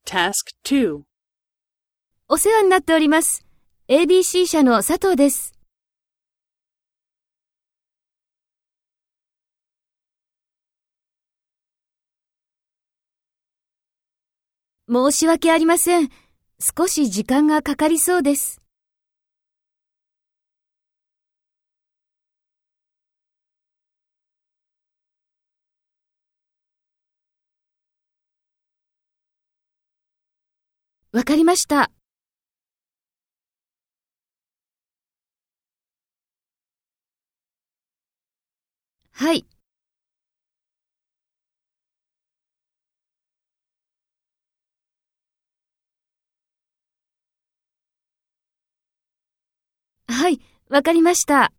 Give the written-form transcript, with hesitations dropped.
Task 2. お世話になっております。ABC 社の佐藤です。申し訳ありません。少し時間がかかりそうです。わかりました。はい。はい、わかりました。